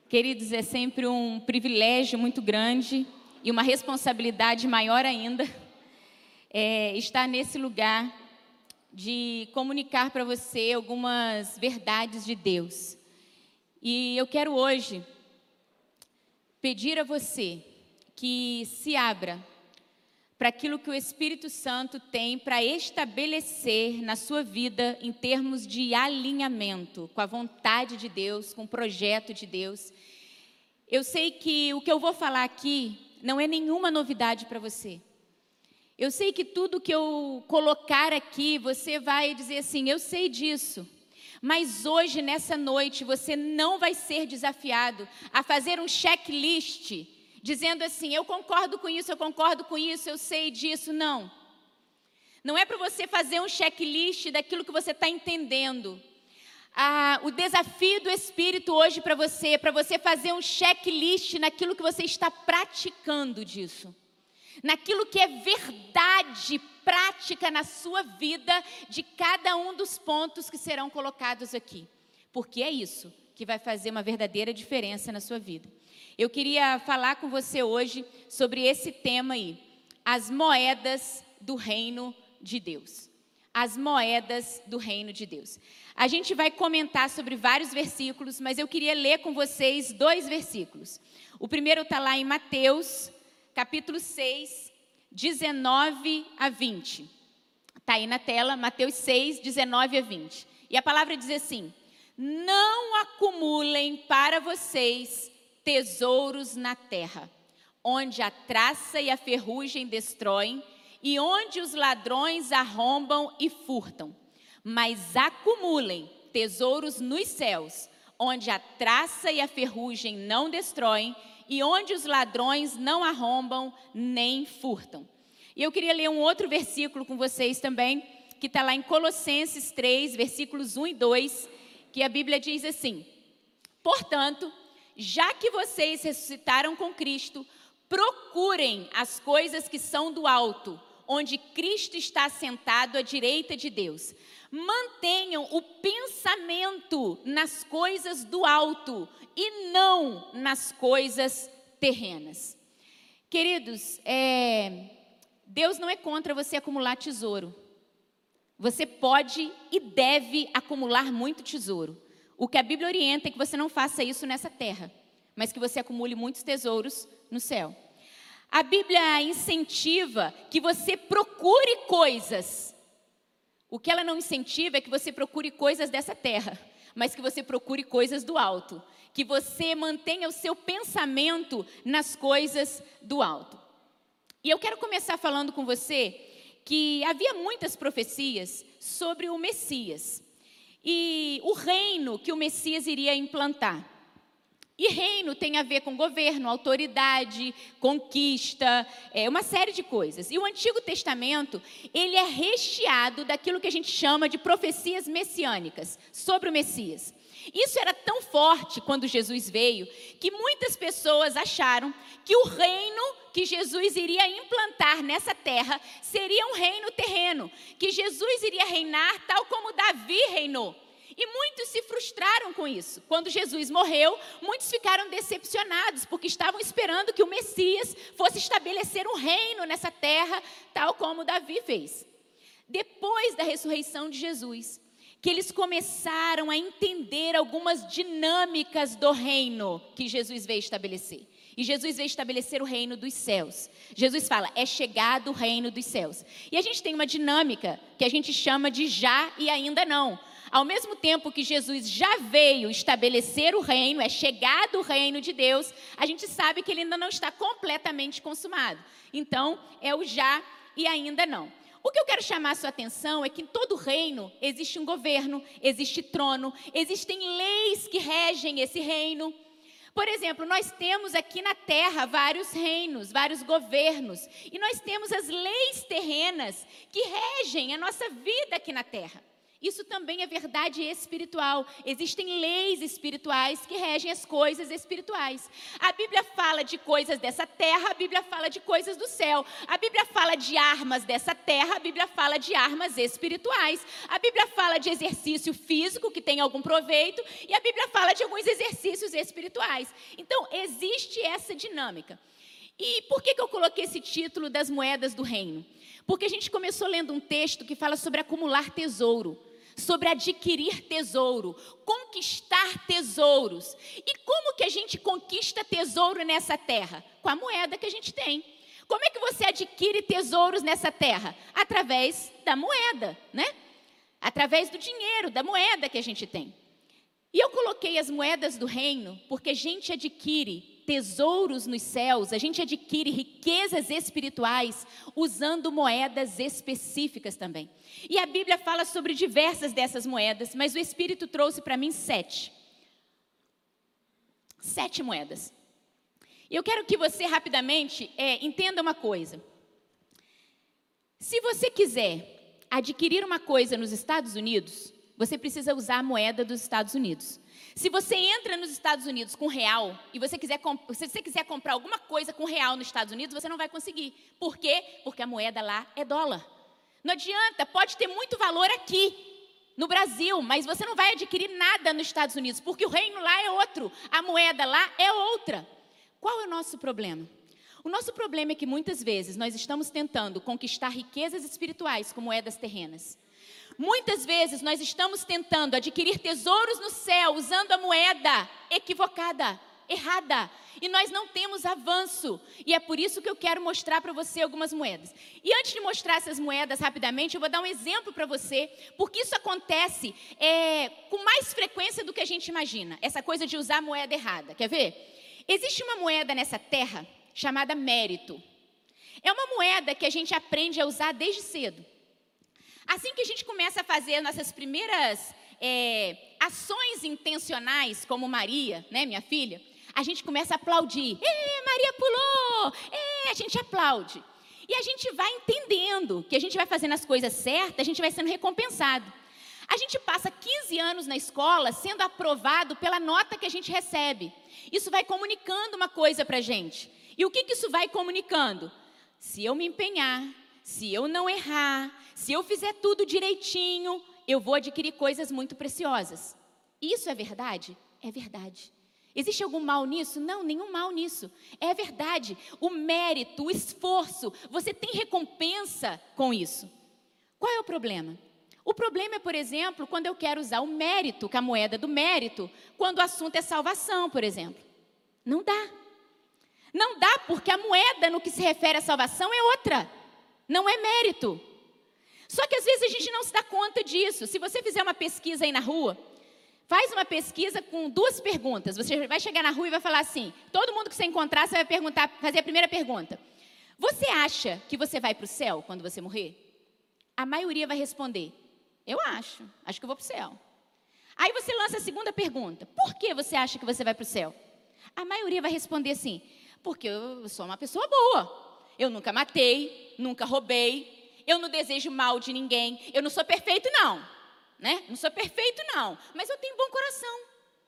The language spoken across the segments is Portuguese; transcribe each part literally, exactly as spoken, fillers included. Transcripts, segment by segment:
Queridos, é sempre um privilégio muito grande e uma responsabilidade maior ainda é, estar nesse lugar de comunicar para você algumas verdades de Deus. E eu quero hoje pedir a você que se abra para aquilo que o Espírito Santo tem para estabelecer na sua vida em termos de alinhamento com a vontade de Deus, com o projeto de Deus. Eu sei que o que eu vou falar aqui não é nenhuma novidade para você. Eu sei que tudo que eu colocar aqui, você vai dizer assim, eu sei disso. Mas hoje, nessa noite, você não vai ser desafiado a fazer um checklist dizendo assim, eu concordo com isso, eu concordo com isso, eu sei disso. Não. Não é para você fazer um checklist daquilo que você está entendendo. Ah, o desafio do Espírito hoje para você é para você fazer um checklist naquilo que você está praticando disso. Naquilo que é verdade prática na sua vida de cada um dos pontos que serão colocados aqui. Porque é isso que vai fazer uma verdadeira diferença na sua vida. Eu queria falar com você hoje sobre esse tema aí, as moedas do reino de Deus. As moedas do reino de Deus. A gente vai comentar sobre vários versículos, mas eu queria ler com vocês dois versículos. O primeiro está lá em Mateus, capítulo seis, dezenove a vinte. Está aí na tela, Mateus seis, dezenove a vinte. E a palavra diz assim, não acumulem para vocês tesouros na terra, onde a traça e a ferrugem destroem, e onde os ladrões arrombam e furtam. Mas acumulem tesouros nos céus, onde a traça e a ferrugem não destroem, e onde os ladrões não arrombam nem furtam. E eu queria ler um outro versículo com vocês também, que está lá em Colossenses três, versículos um e dois, que a Bíblia diz assim, portanto, já que vocês ressuscitaram com Cristo, procurem as coisas que são do alto, onde Cristo está sentado à direita de Deus. Mantenham o pensamento nas coisas do alto e não nas coisas terrenas. Queridos, é, Deus não é contra você acumular tesouro. Você pode e deve acumular muito tesouro. O que a Bíblia orienta é que você não faça isso nessa terra, mas que você acumule muitos tesouros no céu. A Bíblia incentiva que você procure coisas. O que ela não incentiva é que você procure coisas dessa terra, mas que você procure coisas do alto. Que você mantenha o seu pensamento nas coisas do alto. E eu quero começar falando com você que havia muitas profecias sobre o Messias. E o reino que o Messias iria implantar. E reino tem a ver com governo, autoridade, conquista, é, uma série de coisas. E o Antigo Testamento, ele é recheado daquilo que a gente chama de profecias messiânicas sobre o Messias. Isso era tão forte quando Jesus veio, que muitas pessoas acharam que o reino que Jesus iria implantar nessa terra seria um reino terreno, que Jesus iria reinar tal como Davi reinou. E muitos se frustraram com isso. Quando Jesus morreu, muitos ficaram decepcionados, porque estavam esperando que o Messias fosse estabelecer um reino nessa terra, tal como Davi fez. Depois da ressurreição de Jesus, que eles começaram a entender algumas dinâmicas do reino que Jesus veio estabelecer. E Jesus veio estabelecer o reino dos céus. Jesus fala, é chegado o reino dos céus. E a gente tem uma dinâmica que a gente chama de já e ainda não. Ao mesmo tempo que Jesus já veio estabelecer o reino, é chegado o reino de Deus, a gente sabe que ele ainda não está completamente consumado. Então, é o já e ainda não. O que eu quero chamar a sua atenção é que em todo reino existe um governo, existe trono, existem leis que regem esse reino. Por exemplo, nós temos aqui na terra vários reinos, vários governos. E nós temos as leis terrenas que regem a nossa vida aqui na terra. Isso também é verdade espiritual. Existem leis espirituais que regem as coisas espirituais. A Bíblia fala de coisas dessa terra, a Bíblia fala de coisas do céu. A Bíblia fala de armas dessa terra, a Bíblia fala de armas espirituais. A Bíblia fala de exercício físico que tem algum proveito e a Bíblia fala de alguns exercícios espirituais. Então, existe essa dinâmica. E por que que eu coloquei esse título das moedas do reino? Porque a gente começou lendo um texto que fala sobre acumular tesouro, sobre adquirir tesouro, conquistar tesouros. E como que a gente conquista tesouro nessa terra? Com a moeda que a gente tem. Como é que você adquire tesouros nessa terra? Através da moeda, né? Através do dinheiro, da moeda que a gente tem. E eu coloquei as moedas do reino porque a gente adquire tesouros nos céus, a gente adquire riquezas espirituais usando moedas específicas também. E a Bíblia fala sobre diversas dessas moedas, mas o Espírito trouxe para mim sete. Sete moedas. E eu quero que você rapidamente é, entenda uma coisa. Se você quiser adquirir uma coisa nos Estados Unidos, você precisa usar a moeda dos Estados Unidos. Se você entra nos Estados Unidos com real e você quiser, se você quiser comprar alguma coisa com real nos Estados Unidos, você não vai conseguir. Por quê? Porque a moeda lá é dólar. Não adianta, pode ter muito valor aqui, no Brasil, mas você não vai adquirir nada nos Estados Unidos, porque o reino lá é outro, a moeda lá é outra. Qual é o nosso problema? O nosso problema é que muitas vezes nós estamos tentando conquistar riquezas espirituais com moedas terrenas. Muitas vezes nós estamos tentando adquirir tesouros no céu usando a moeda equivocada, errada. E nós não temos avanço. E é por isso que eu quero mostrar para você algumas moedas. E antes de mostrar essas moedas rapidamente, eu vou dar um exemplo para você, porque isso acontece é, com mais frequência do que a gente imagina. Essa coisa de usar a moeda errada. Quer ver? Existe uma moeda nessa terra chamada mérito. É uma moeda que a gente aprende a usar desde cedo. Assim que a gente começa a fazer nossas primeiras é, ações intencionais, como Maria, né, minha filha, a gente começa a aplaudir. É, Maria pulou! É, a gente aplaude. E a gente vai entendendo que a gente vai fazendo as coisas certas, a gente vai sendo recompensado. A gente passa quinze anos na escola sendo aprovado pela nota que a gente recebe. Isso vai comunicando uma coisa para a gente. E o que, que isso vai comunicando? Se eu me empenhar, se eu não errar, se eu fizer tudo direitinho, eu vou adquirir coisas muito preciosas. Isso é verdade? É verdade. Existe algum mal nisso? Não, nenhum mal nisso. É verdade. O mérito, o esforço, você tem recompensa com isso. Qual é o problema? O problema é, por exemplo, quando eu quero usar o mérito, com a moeda do mérito, quando o assunto é salvação, por exemplo. Não dá. Não dá porque a moeda no que se refere à salvação é outra. Não é mérito. Só que às vezes a gente não se dá conta disso. Se você fizer uma pesquisa aí na rua, faz uma pesquisa com duas perguntas. Você vai chegar na rua e vai falar assim, todo mundo que você encontrar, você vai perguntar, fazer a primeira pergunta. Você acha que você vai para o céu quando você morrer? A maioria vai responder, eu acho, acho que eu vou para o céu. Aí você lança a segunda pergunta, por que você acha que você vai para o céu? A maioria vai responder assim, porque eu sou uma pessoa boa. Eu nunca matei, nunca roubei. Eu não desejo mal de ninguém. Eu não sou perfeito, não. Né? Não sou perfeito, não. Mas eu tenho bom coração.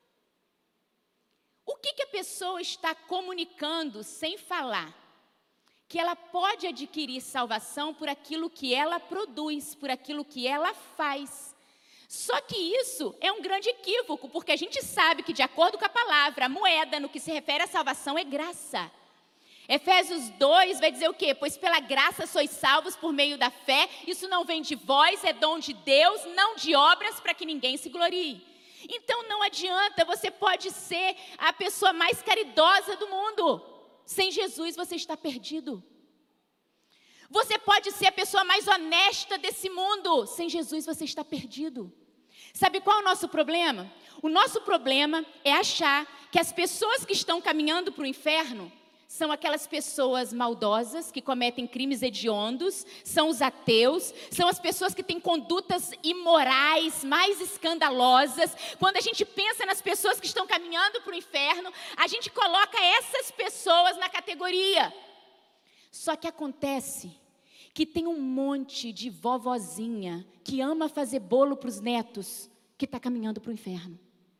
O que, que a pessoa está comunicando sem falar? Que ela pode adquirir salvação por aquilo que ela produz, por aquilo que ela faz. Só que isso é um grande equívoco, porque a gente sabe que, de acordo com a palavra, a moeda, no que se refere à salvação, é graça. Efésios dois vai dizer o quê? Pois pela graça sois salvos por meio da fé, isso não vem de vós, é dom de Deus, não de obras para que ninguém se glorie. Então não adianta, você pode ser a pessoa mais caridosa do mundo, sem Jesus você está perdido. Você pode ser a pessoa mais honesta desse mundo, sem Jesus você está perdido. Sabe qual é o nosso problema? O nosso problema é achar que as pessoas que estão caminhando para o inferno são aquelas pessoas maldosas que cometem crimes hediondos, são os ateus, são as pessoas que têm condutas imorais mais escandalosas. Quando a gente pensa nas pessoas que estão caminhando para o inferno, a gente coloca essas pessoas na categoria. Só que acontece que tem um monte de vovozinha que ama fazer bolo para os netos, que está caminhando para o inferno.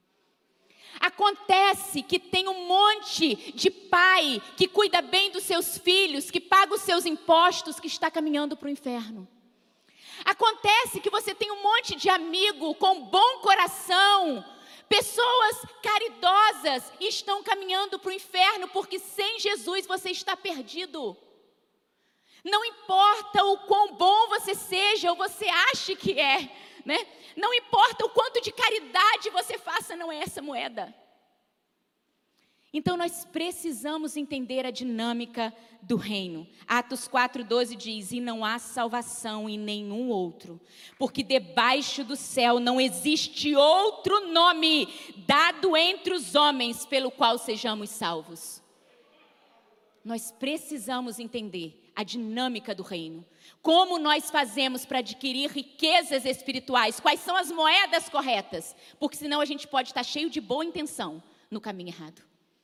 Acontece que tem um monte de pai que cuida bem dos seus filhos, que paga os seus impostos, que está caminhando para o inferno. Acontece que você tem um monte de amigo com bom coração, pessoas caridosas, e estão caminhando para o inferno, porque sem Jesus você está perdido. Não importa o quão bom você seja, ou você ache que é, né? Não importa o quanto de caridade você faça, não é essa moeda. Então nós precisamos entender a dinâmica do reino. Atos quatro, doze diz: e não há salvação em nenhum outro, porque debaixo do céu não existe outro nome dado entre os homens pelo qual sejamos salvos. Nós precisamos entender a dinâmica do reino. Como nós fazemos para adquirir riquezas espirituais? Quais são as moedas corretas? Porque senão a gente pode estar cheio de boa intenção no caminho errado.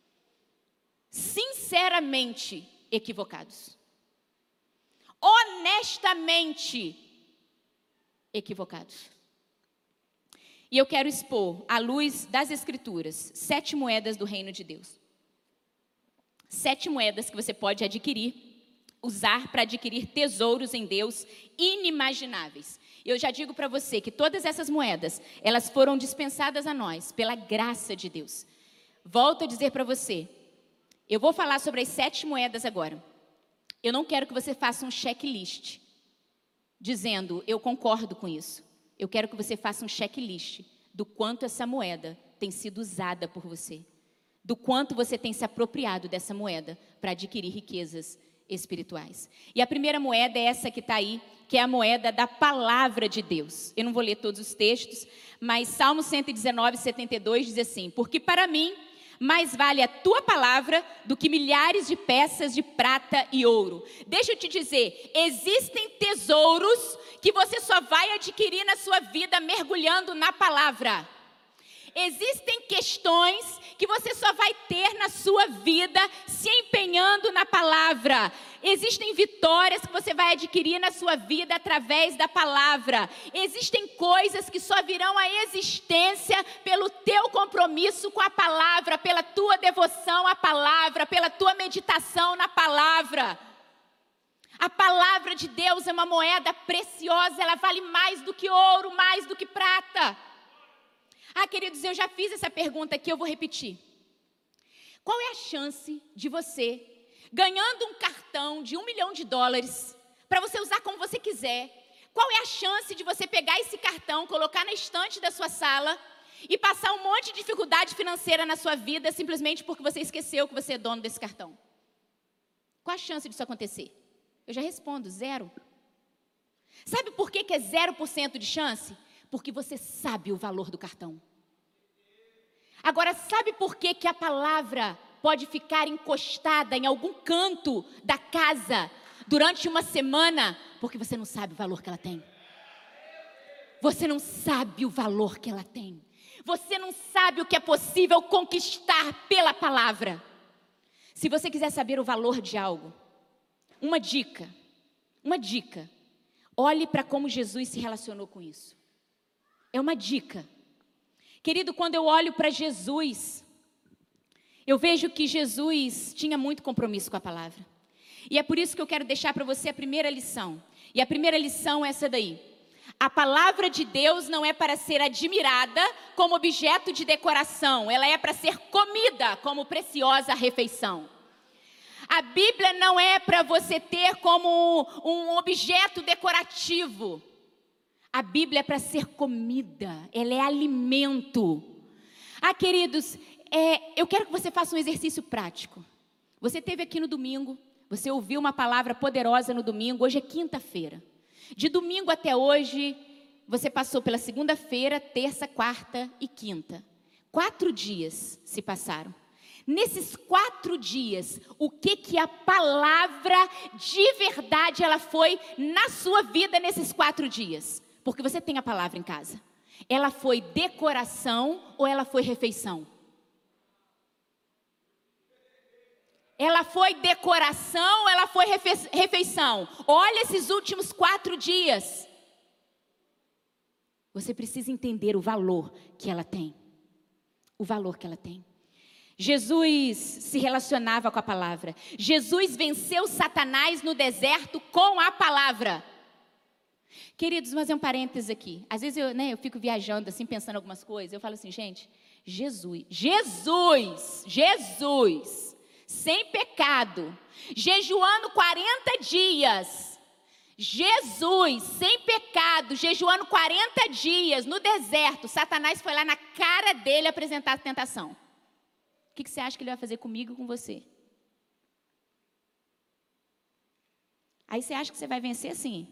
Sinceramente equivocados. Honestamente equivocados. E eu quero expor, à luz das Escrituras, sete moedas do reino de Deus. Sete moedas que você pode adquirir, usar para adquirir tesouros em Deus inimagináveis. Eu já digo para você que todas essas moedas, elas foram dispensadas a nós pela graça de Deus. Volto a dizer para você, eu vou falar sobre as sete moedas agora. Eu não quero que você faça um checklist, dizendo, eu concordo com isso. Eu quero que você faça um checklist do quanto essa moeda tem sido usada por você. Do quanto você tem se apropriado dessa moeda para adquirir riquezas espirituais. E a primeira moeda é essa que está aí, que é a moeda da palavra de Deus. Eu não vou ler todos os textos, mas Salmo cento e dezenove, setenta e dois diz assim: porque para mim mais vale a tua palavra do que milhares de peças de prata e ouro. Deixa eu te dizer, existem tesouros que você só vai adquirir na sua vida mergulhando na palavra. Existem questões que você só vai ter na sua vida se empenhando na palavra. Existem vitórias que você vai adquirir na sua vida através da palavra. Existem coisas que só virão à existência pelo teu compromisso com a palavra, pela tua devoção à palavra, pela tua meditação na palavra. A palavra de Deus é uma moeda preciosa, ela vale mais do que ouro, mais do que prata. Ah, queridos, eu já fiz essa pergunta aqui, eu vou repetir. Qual é a chance de você, ganhando um cartão de um milhão de dólares, para você usar como você quiser, qual é a chance de você pegar esse cartão, colocar na estante da sua sala e passar um monte de dificuldade financeira na sua vida, simplesmente porque você esqueceu que você é dono desse cartão? Qual a chance disso acontecer? Eu já respondo, zero. Sabe por que que é zero por cento de chance? Porque você sabe o valor do cartão. Agora, sabe por que que a palavra pode ficar encostada em algum canto da casa durante uma semana? Porque você não sabe o valor que ela tem. Você não sabe o valor que ela tem. Você não sabe o que é possível conquistar pela palavra. Se você quiser saber o valor de algo, uma dica, uma dica, olhe para como Jesus se relacionou com isso. É uma dica. Querido, quando eu olho para Jesus, eu vejo que Jesus tinha muito compromisso com a palavra. E é por isso que eu quero deixar para você a primeira lição. E a primeira lição é essa daí. A palavra de Deus não é para ser admirada como objeto de decoração. Ela é para ser comida como preciosa refeição. A Bíblia não é para você ter como um objeto decorativo. A Bíblia é para ser comida, ela é alimento. Ah, queridos, é, eu quero que você faça um exercício prático. Você esteve aqui no domingo, você ouviu uma palavra poderosa no domingo, hoje é quinta-feira. De domingo até hoje, você passou pela segunda-feira, terça, quarta e quinta. Quatro dias se passaram. Nesses quatro dias, o que que a palavra de verdade ela foi na sua vida nesses quatro dias? Porque você tem a palavra em casa. Ela foi decoração ou ela foi refeição? Ela foi decoração, ela foi refe- refeição. Olha esses últimos quatro dias. Você precisa entender o valor que ela tem. O valor que ela tem. Jesus se relacionava com a palavra. Jesus venceu Satanás no deserto com a palavra. Queridos, mas é um parênteses aqui. Às vezes eu, né, eu fico viajando assim, pensando algumas coisas. Eu falo assim, gente, Jesus, Jesus, Jesus, sem pecado, jejuando quarenta dias. Jesus, sem pecado, jejuando quarenta dias no deserto. Satanás foi lá na cara dele apresentar a tentação. O que, que você acha que ele vai fazer comigo e com você? Aí você acha que você vai vencer assim?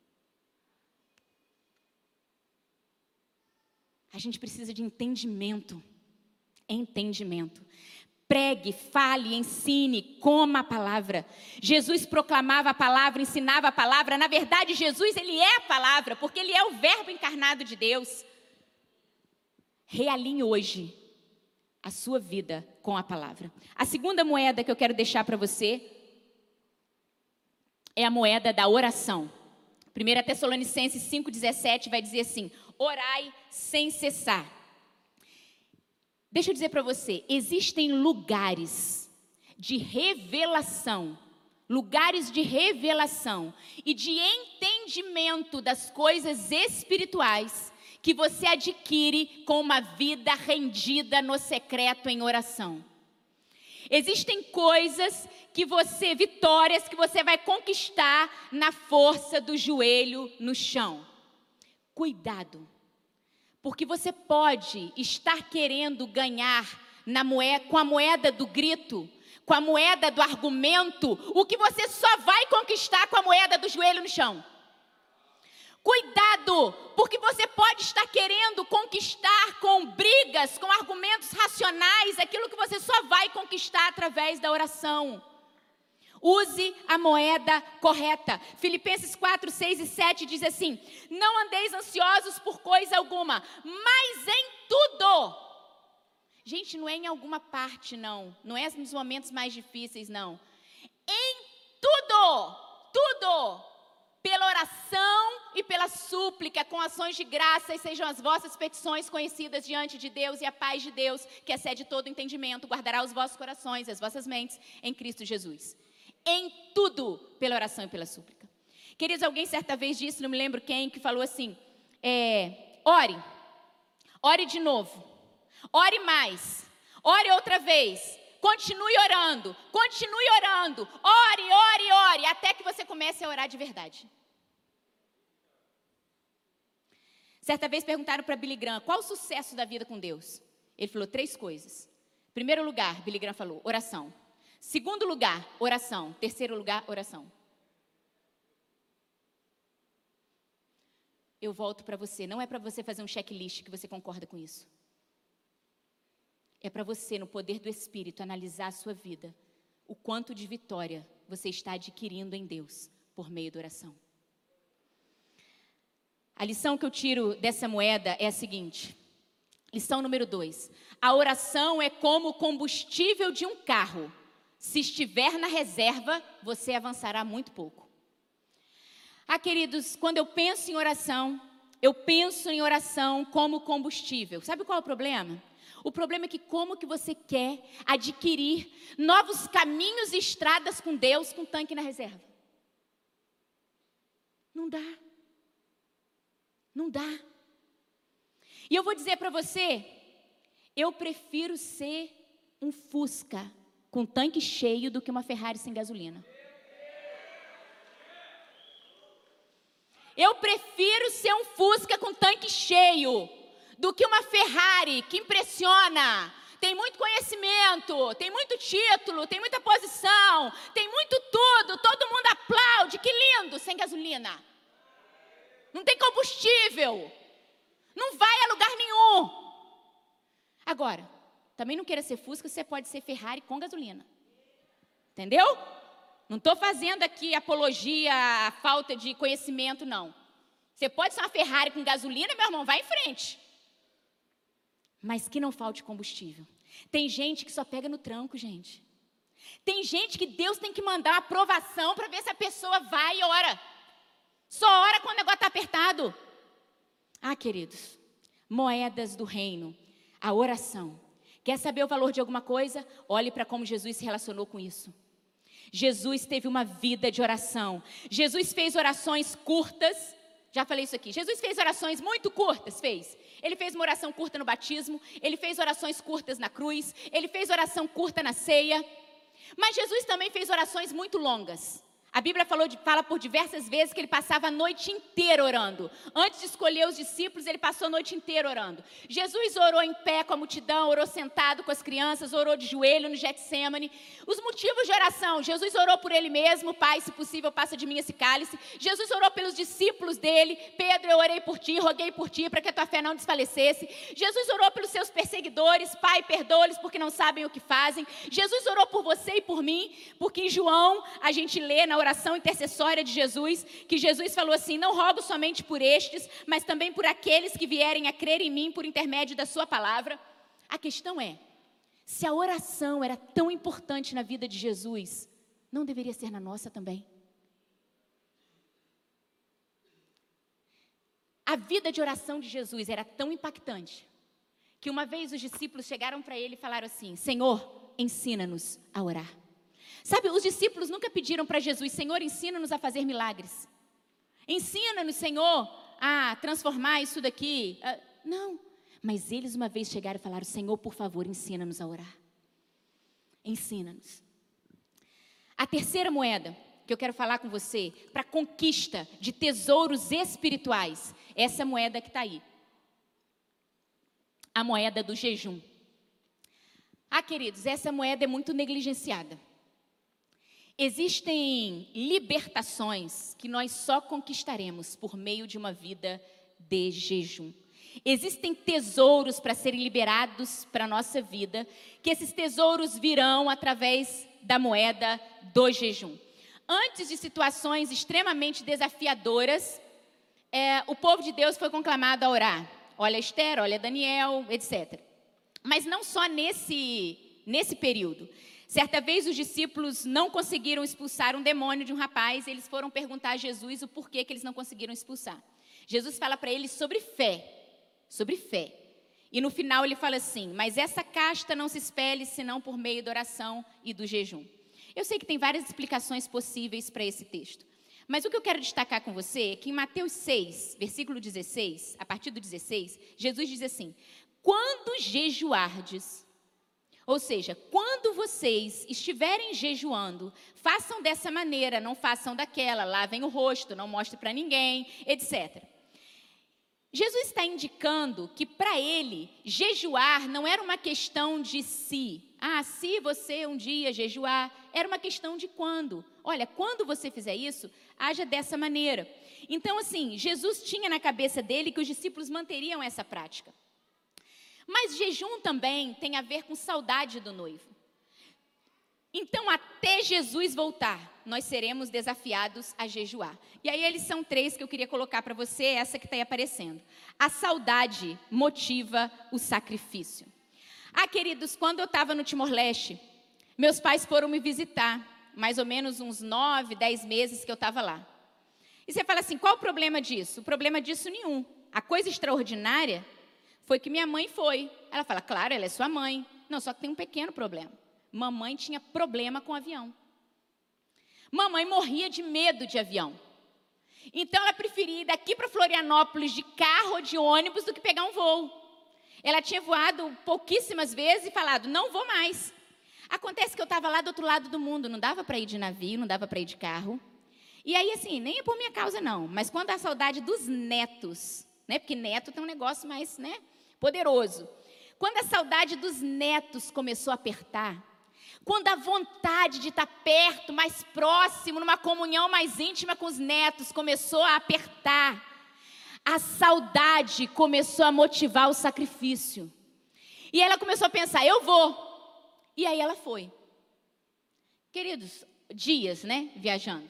A gente precisa de entendimento. Entendimento. Pregue, fale, ensine, coma a palavra. Jesus proclamava a palavra, ensinava a palavra. Na verdade, Jesus, ele é a palavra, porque ele é o verbo encarnado de Deus. Realinhe hoje a sua vida com a palavra. A segunda moeda que eu quero deixar para você é a moeda da oração. primeira Tessalonicenses cinco, dezessete vai dizer assim: orai sem cessar. Deixa eu dizer para você, existem lugares de revelação, lugares de revelação e de entendimento das coisas espirituais que você adquire com uma vida rendida no secreto em oração. Existem coisas que você, vitórias que você vai conquistar na força do joelho no chão. Cuidado, porque você pode estar querendo ganhar na moeda, com a moeda do grito, com a moeda do argumento, o que você só vai conquistar com a moeda do joelho no chão. Cuidado, porque você pode estar querendo conquistar com brigas, com argumentos racionais, aquilo que você só vai conquistar através da oração. Use a moeda correta. Filipenses quatro, seis e sete diz assim: não andeis ansiosos por coisa alguma, mas em tudo. Gente, não é em alguma parte, não. Não é nos momentos mais difíceis, não. Em tudo, tudo. Pela oração e pela súplica, com ações de graça, e sejam as vossas petições conhecidas diante de Deus, e a paz de Deus, que excede todo entendimento, guardará os vossos corações, as vossas mentes, em Cristo Jesus. Em tudo, pela oração e pela súplica. Queridos, alguém certa vez disse, não me lembro quem, que falou assim, é, ore, ore de novo, ore mais, ore outra vez, continue orando, continue orando, ore, ore, ore, até que você comece a orar de verdade. Certa vez perguntaram para Billy Graham, qual o sucesso da vida com Deus? Ele falou três coisas. Primeiro lugar, Billy Graham falou, oração. Segundo lugar, oração. Terceiro lugar, oração. Eu volto para você, não é para você fazer um checklist que você concorda com isso. É para você, no poder do Espírito, analisar a sua vida. O quanto de vitória você está adquirindo em Deus por meio da oração. A lição que eu tiro dessa moeda é a seguinte. Lição número dois. A oração é como o combustível de um carro. Se estiver na reserva, você avançará muito pouco. Ah, queridos, quando eu penso em oração, eu penso em oração como combustível. Sabe qual é o problema? O problema é que como que você quer adquirir novos caminhos e estradas com Deus com tanque na reserva? Não dá. Não dá. E eu vou dizer para você, eu prefiro ser um Fusca com tanque cheio do que uma Ferrari sem gasolina. Eu prefiro ser um Fusca com tanque cheio do que uma Ferrari que impressiona, tem muito conhecimento, tem muito título, tem muita posição, tem muito tudo, todo mundo aplaude, que lindo, sem gasolina. Não tem combustível, não vai a lugar nenhum. Agora, também não queira ser Fusca, você pode ser Ferrari com gasolina. Entendeu? Não estou fazendo aqui apologia à falta de conhecimento, não. Você pode ser uma Ferrari com gasolina, meu irmão, vai em frente. Mas que não falte combustível. Tem gente que só pega no tranco, gente. Tem gente que Deus tem que mandar uma aprovação para ver se a pessoa vai e ora. Só ora quando o negócio está apertado. Ah, queridos, moedas do reino, a oração. Quer saber o valor de alguma coisa? Olhe para como Jesus se relacionou com isso. Jesus teve uma vida de oração. Jesus fez orações curtas. Já falei isso aqui. Jesus fez orações muito curtas, fez. Ele fez uma oração curta no batismo. Ele fez orações curtas na cruz. Ele fez oração curta na ceia. Mas Jesus também fez orações muito longas. A Bíblia falou de, fala por diversas vezes que ele passava a noite inteira orando. Antes de escolher os discípulos, ele passou a noite inteira orando. Jesus orou em pé com a multidão, orou sentado com as crianças, orou de joelho no Getsêmani. Os motivos de oração: Jesus orou por ele mesmo, Pai, se possível, passa de mim esse cálice. Jesus orou pelos discípulos dele: Pedro, eu orei por ti, roguei por ti, para que a tua fé não desfalecesse. Jesus orou pelos seus perseguidores: Pai, perdoa-lhes porque não sabem o que fazem. Jesus orou por você e por mim, porque em João a gente lê na oração intercessória de Jesus, que Jesus falou assim: não rogo somente por estes, mas também por aqueles que vierem a crer em mim por intermédio da sua palavra. A questão é, se a oração era tão importante na vida de Jesus, não deveria ser na nossa também? A vida de oração de Jesus era tão impactante, que uma vez os discípulos chegaram para ele e falaram assim: Senhor, ensina-nos a orar. Sabe, os discípulos nunca pediram para Jesus: Senhor, ensina-nos a fazer milagres. Ensina-nos, Senhor, a transformar isso daqui. Uh, não, mas eles uma vez chegaram e falaram: Senhor, por favor, ensina-nos a orar. Ensina-nos. A terceira moeda que eu quero falar com você, para conquista de tesouros espirituais, essa moeda que está aí. A moeda do jejum. Ah, queridos, essa moeda é muito negligenciada. Existem libertações que nós só conquistaremos por meio de uma vida de jejum. Existem tesouros para serem liberados para a nossa vida, que esses tesouros virão através da moeda do jejum. Antes de situações extremamente desafiadoras, é, o povo de Deus foi conclamado a orar. Olha Esther, olha Daniel, etcétera. Mas não só nesse, nesse período. Certa vez os discípulos não conseguiram expulsar um demônio de um rapaz, eles foram perguntar a Jesus o porquê que eles não conseguiram expulsar. Jesus fala para eles sobre fé, sobre fé. E no final ele fala assim: mas essa casta não se espelhe senão por meio da oração e do jejum. Eu sei que tem várias explicações possíveis para esse texto, mas o que eu quero destacar com você é que em Mateus seis, versículo dezesseis, a partir do dezesseis, Jesus diz assim: quando jejuardes, ou seja, quando vocês estiverem jejuando, façam dessa maneira, não façam daquela, lavem o rosto, não mostre para ninguém, etcétera. Jesus está indicando que para ele, jejuar não era uma questão de si. Ah, se você um dia jejuar, era uma questão de quando. Olha, quando você fizer isso, haja dessa maneira. Então, assim, Jesus tinha na cabeça dele que os discípulos manteriam essa prática. Mas jejum também tem a ver com saudade do noivo. Então, até Jesus voltar, nós seremos desafiados a jejuar. E aí, eles são três que eu queria colocar para você, essa que está aí aparecendo. A saudade motiva o sacrifício. Ah, queridos, quando eu estava no Timor-Leste, meus pais foram me visitar, mais ou menos uns nove, dez meses que eu estava lá. E você fala assim, qual o problema disso? O problema disso nenhum. A coisa extraordinária foi que minha mãe foi. Ela fala, claro, ela é sua mãe. Não, só que tem um pequeno problema. Mamãe tinha problema com avião. Mamãe morria de medo de avião. Então, ela preferia ir daqui para Florianópolis de carro ou de ônibus do que pegar um voo. Ela tinha voado pouquíssimas vezes e falado, não vou mais. Acontece que eu estava lá do outro lado do mundo, não dava para ir de navio, não dava para ir de carro. E aí, assim, nem é por minha causa, não. Mas quando a saudade dos netos, né? Porque neto tem um negócio mais, né, poderoso. Quando a saudade dos netos começou a apertar, quando a vontade de estar perto, mais próximo, numa comunhão mais íntima com os netos, começou a apertar, a saudade começou a motivar o sacrifício. E ela começou a pensar, eu vou. E aí ela foi. Queridos, dias, né, viajando.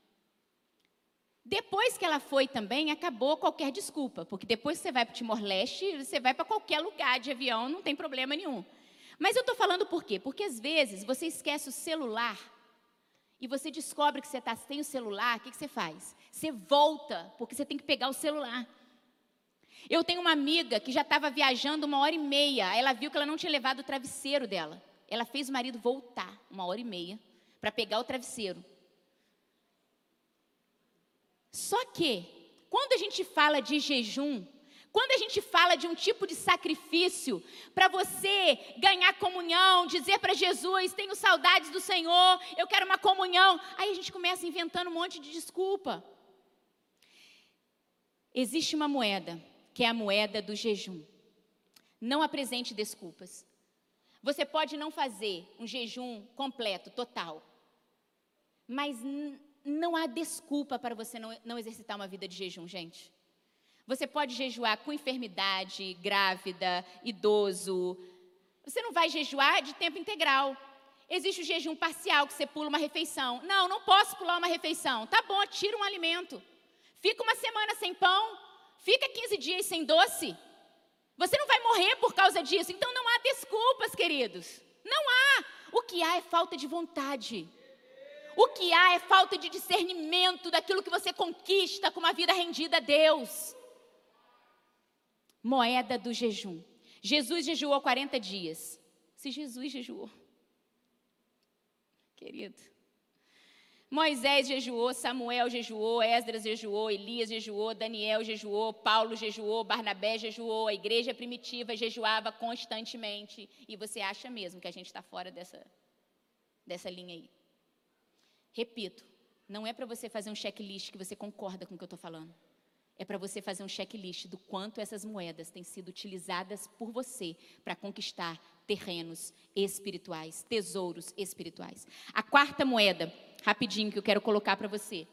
Depois que ela foi também, acabou qualquer desculpa. Porque depois que você vai para o Timor-Leste, você vai para qualquer lugar de avião, não tem problema nenhum. Mas eu estou falando por quê? Porque às vezes você esquece o celular e você descobre que você tá, tem o celular, o que, que você faz? Você volta, porque você tem que pegar o celular. Eu tenho uma amiga que já estava viajando uma hora e meia, ela viu que ela não tinha levado o travesseiro dela. Ela fez o marido voltar uma hora e meia para pegar o travesseiro. Só que, quando a gente fala de jejum, quando a gente fala de um tipo de sacrifício para você ganhar comunhão, dizer para Jesus, tenho saudades do Senhor, eu quero uma comunhão, aí a gente começa inventando um monte de desculpa. Existe uma moeda, que é a moeda do jejum. Não apresente desculpas. Você pode não fazer um jejum completo, total, mas não há desculpa para você não, não exercitar uma vida de jejum, gente. Você pode jejuar com enfermidade, grávida, idoso. Você não vai jejuar de tempo integral. Existe o jejum parcial, que você pula uma refeição. Não, não posso pular uma refeição. Tá bom, tira um alimento. Fica uma semana sem pão. Fica quinze dias sem doce. Você não vai morrer por causa disso. Então não há desculpas, queridos. Não há. O que há é falta de vontade. O que há é falta de discernimento daquilo que você conquista com uma vida rendida a Deus. Moeda do jejum. Jesus jejuou quarenta dias. Se Jesus jejuou, querido. Moisés jejuou, Samuel jejuou, Esdras jejuou, Elias jejuou, Daniel jejuou, Paulo jejuou, Barnabé jejuou, a igreja primitiva jejuava constantemente. E você acha mesmo que a gente está fora dessa, dessa linha aí? Repito, não é para você fazer um checklist que você concorda com o que eu estou falando. É para você fazer um checklist do quanto essas moedas têm sido utilizadas por você para conquistar terrenos espirituais, tesouros espirituais. A quarta moeda, rapidinho, que eu quero colocar para você.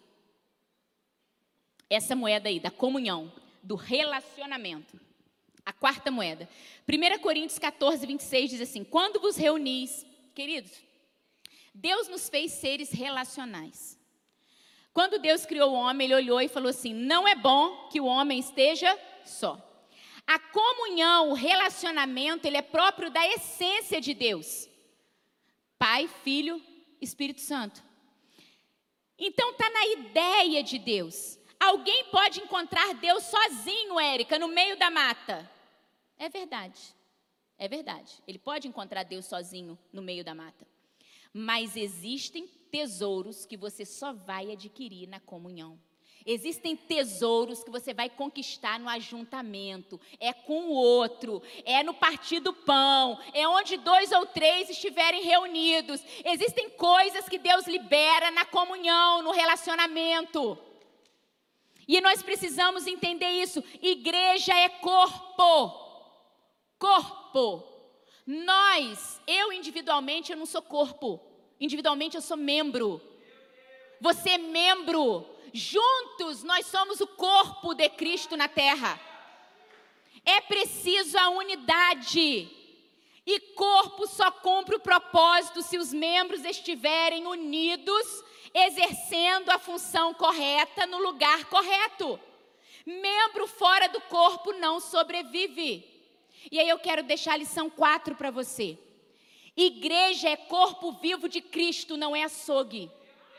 Essa moeda aí, da comunhão, do relacionamento. A quarta moeda. primeira Coríntios catorze, vinte e seis diz assim, quando vos reunis, queridos, Deus nos fez seres relacionais. Quando Deus criou o homem, Ele olhou e falou assim, não é bom que o homem esteja só. A comunhão, o relacionamento, ele é próprio da essência de Deus. Pai, Filho, Espírito Santo. Então está na ideia de Deus. Alguém pode encontrar Deus sozinho, Érica, no meio da mata. É verdade, é verdade. Ele pode encontrar Deus sozinho no meio da mata. Mas existem tesouros que você só vai adquirir na comunhão. Existem tesouros que você vai conquistar no ajuntamento, é com o outro, é no partir do pão, é onde dois ou três estiverem reunidos. Existem coisas que Deus libera na comunhão, no relacionamento. E nós precisamos entender isso. Igreja é corpo. Corpo. Nós, eu individualmente, eu não sou corpo. Individualmente eu sou membro. Você é membro. Juntos nós somos o corpo de Cristo na terra. É preciso a unidade. E corpo só cumpre o propósito se os membros estiverem unidos, exercendo a função correta no lugar correto. Membro fora do corpo não sobrevive. E aí eu quero deixar a lição quatro para você. Igreja é corpo vivo de Cristo, não é açougue.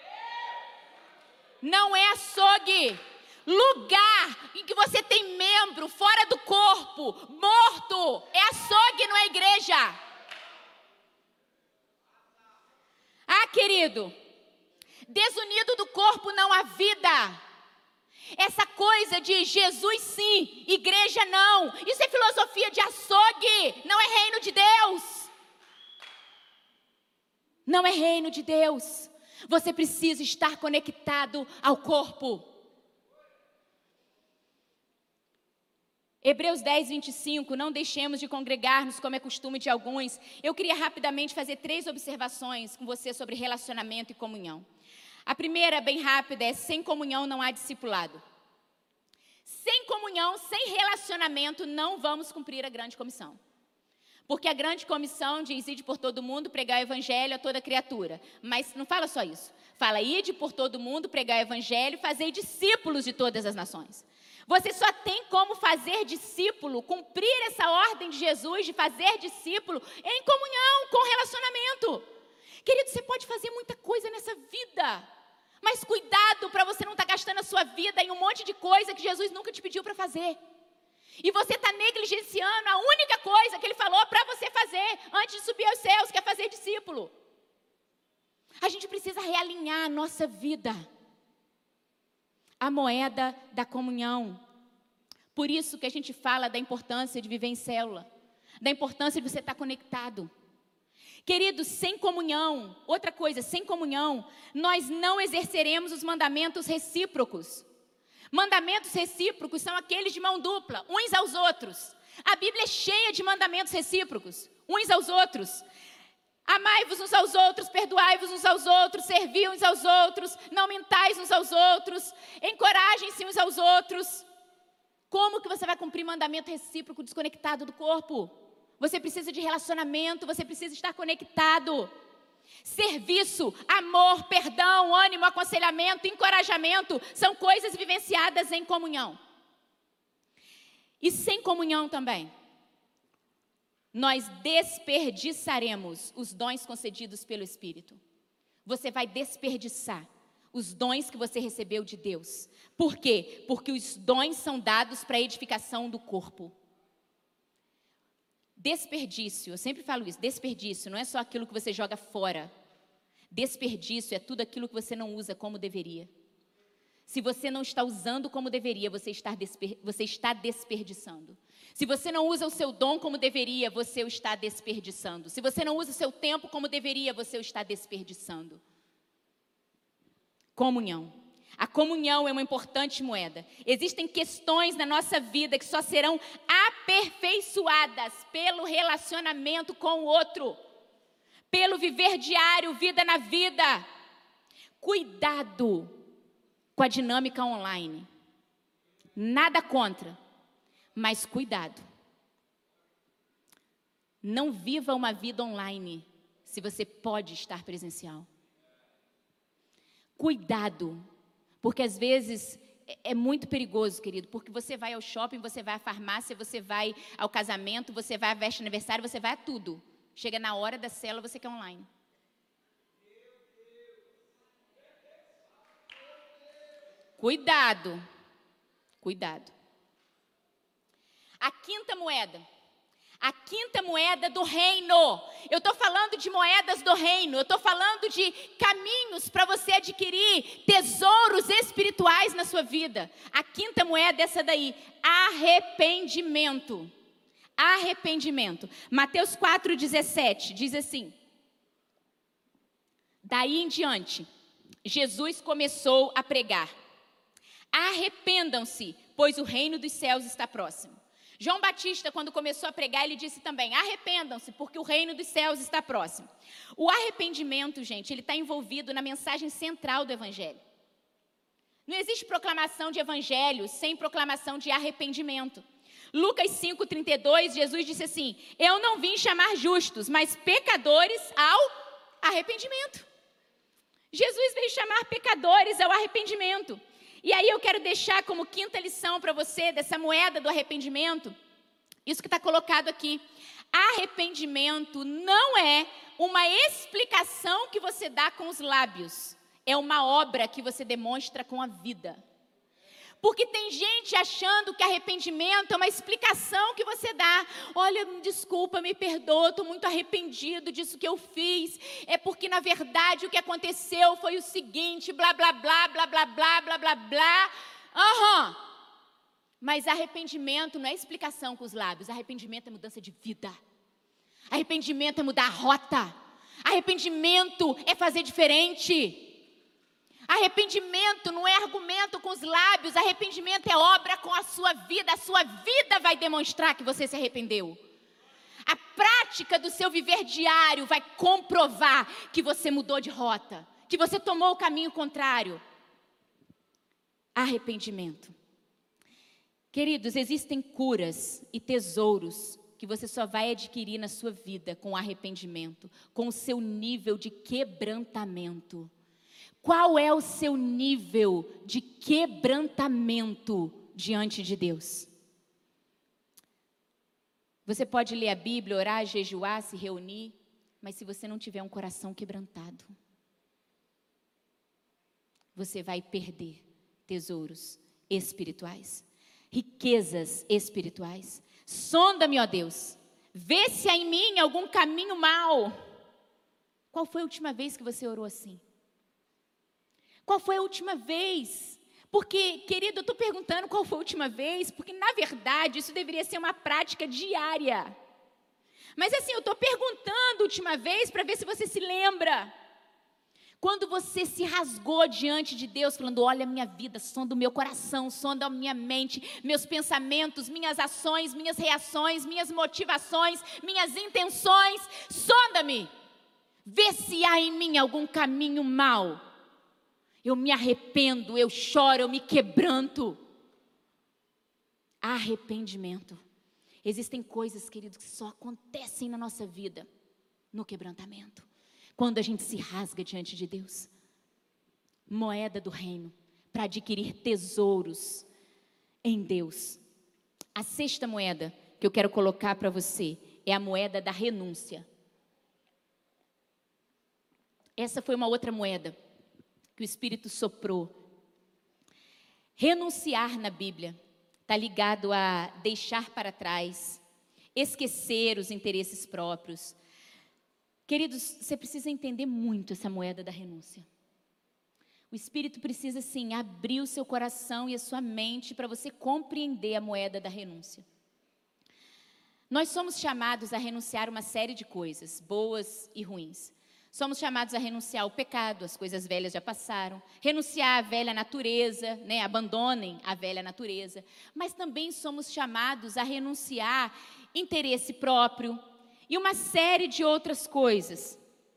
Não é açougue. Lugar em que você tem membro fora do corpo, morto, é açougue, não é igreja. Ah, querido, desunido do corpo não há vida. Essa coisa de Jesus sim, igreja não. Isso é filosofia de açougue, não é reino de Deus. Não é reino de Deus. Você precisa estar conectado ao corpo. Hebreus dez, vinte e cinco, não deixemos de congregar-nos como é costume de alguns. Eu queria rapidamente fazer três observações com você sobre relacionamento e comunhão. A primeira, bem rápida, é sem comunhão não há discipulado. Sem comunhão, sem relacionamento, não vamos cumprir a grande comissão. Porque a grande comissão diz, ide por todo mundo, pregar o evangelho a toda criatura. Mas não fala só isso. Fala, ide por todo mundo, pregar o evangelho, fazer discípulos de todas as nações. Você só tem como fazer discípulo, cumprir essa ordem de Jesus de fazer discípulo em comunhão, com relacionamento. Querido, você pode fazer muita coisa nessa vida, mas cuidado para você não estar gastando a sua vida em um monte de coisa que Jesus nunca te pediu para fazer. E você está negligenciando a única coisa que Ele falou para você fazer antes de subir aos céus, que é fazer discípulo. A gente precisa realinhar a nossa vida. A moeda da comunhão. Por isso que a gente fala da importância de viver em célula. Da importância de você estar conectado. Queridos, sem comunhão, outra coisa, sem comunhão, nós não exerceremos os mandamentos recíprocos. Mandamentos recíprocos são aqueles de mão dupla, uns aos outros. A Bíblia é cheia de mandamentos recíprocos, uns aos outros. Amai-vos uns aos outros, perdoai-vos uns aos outros, servi uns aos outros, não mentais uns aos outros, encorajem-se uns aos outros. Como que você vai cumprir mandamento recíproco desconectado do corpo? Você precisa de relacionamento, você precisa estar conectado. Serviço, amor, perdão, ânimo, aconselhamento, encorajamento, são coisas vivenciadas em comunhão. E sem comunhão também, nós desperdiçaremos os dons concedidos pelo Espírito. Você vai desperdiçar os dons que você recebeu de Deus. Por quê? Porque os dons são dados para a edificação do corpo. Desperdício, eu sempre falo isso, desperdício não é só aquilo que você joga fora. Desperdício é tudo aquilo que você não usa como deveria. Se você não está usando como deveria, você está, desper, você está desperdiçando. Se você não usa o seu dom como deveria, você o está desperdiçando. Se você não usa o seu tempo como deveria, você o está desperdiçando. Comunhão. A comunhão é uma importante moeda. Existem questões na nossa vida que só serão aperfeiçoadas pelo relacionamento com o outro. Pelo viver diário, vida na vida. Cuidado com a dinâmica online. Nada contra, mas cuidado. Não viva uma vida online se você pode estar presencial. Cuidado, porque às vezes é muito perigoso, querido, porque você vai ao shopping, você vai à farmácia, você vai ao casamento, você vai à festa de aniversário, você vai a tudo. Chega na hora da célula, você quer online. Cuidado, cuidado. A quinta moeda, a quinta moeda do reino. Eu estou falando de moedas do reino, eu estou falando de caminhos para você adquirir tesouros espirituais na sua vida. A quinta moeda é essa daí, arrependimento. Arrependimento. Mateus quatro, dezessete diz assim: daí em diante, Jesus começou a pregar: arrependam-se, pois o reino dos céus está próximo. João Batista, quando começou a pregar, ele disse também: arrependam-se, porque o reino dos céus está próximo. O arrependimento, gente, ele está envolvido na mensagem central do evangelho. Não existe proclamação de evangelho sem proclamação de arrependimento. Lucas cinco, trinta e dois, Jesus disse assim: eu não vim chamar justos, mas pecadores ao arrependimento. Jesus veio chamar pecadores ao arrependimento. E aí eu quero deixar como quinta lição para você, dessa moeda do arrependimento, isso que está colocado aqui. Arrependimento não é uma explicação que você dá com os lábios, é uma obra que você demonstra com a vida. Porque tem gente achando que arrependimento é uma explicação que você dá. Olha, desculpa, me perdoa, estou muito arrependido disso que eu fiz. É porque, na verdade, o que aconteceu foi o seguinte, blá, blá, blá, blá, blá, blá, blá, blá, blá. Aham. Mas arrependimento não é explicação com os lábios. Arrependimento é mudança de vida. Arrependimento é mudar a rota. Arrependimento é fazer diferente. Arrependimento não é argumento com os lábios, arrependimento é obra com a sua vida. A sua vida vai demonstrar que você se arrependeu. A prática do seu viver diário vai comprovar que você mudou de rota, que você tomou o caminho contrário. Arrependimento. Queridos, existem curas e tesouros que você só vai adquirir na sua vida com arrependimento, com o seu nível de quebrantamento. Qual é o seu nível de quebrantamento diante de Deus. Você pode ler a Bíblia, orar, jejuar, se reunir, mas se você não tiver um coração quebrantado, você vai perder tesouros espirituais, riquezas espirituais. Sonda-me, ó Deus, vê se há em mim algum caminho mau. Qual foi a última vez que você orou assim? Qual foi a última vez? Porque, querido, eu estou perguntando qual foi a última vez, porque, na verdade, isso deveria ser uma prática diária. Mas, assim, eu estou perguntando a última vez para ver se você se lembra. Quando você se rasgou diante de Deus, falando, olha a minha vida, sonda o meu coração, sonda a minha mente, meus pensamentos, minhas ações, minhas reações, minhas motivações, minhas intenções, sonda-me. Vê se há em mim algum caminho mau. Eu me arrependo, eu choro, eu me quebranto. Arrependimento. Existem coisas, queridos, que só acontecem na nossa vida no quebrantamento. Quando a gente se rasga diante de Deus. Moeda do reino para adquirir tesouros em Deus. A sexta moeda que eu quero colocar para você é a moeda da renúncia. Essa foi uma outra moeda que o Espírito soprou. Renunciar na Bíblia está ligado a deixar para trás, esquecer os interesses próprios. Queridos, você precisa entender muito essa moeda da renúncia. O Espírito precisa, sim, abrir o seu coração e a sua mente para você compreender a moeda da renúncia. Nós somos chamados a renunciar uma série de coisas, boas e ruins. Somos chamados a renunciar ao pecado, as coisas velhas já passaram. Renunciar à velha natureza, né? Abandonem a velha natureza. Mas também somos chamados a renunciar interesse próprio e uma série de outras coisas.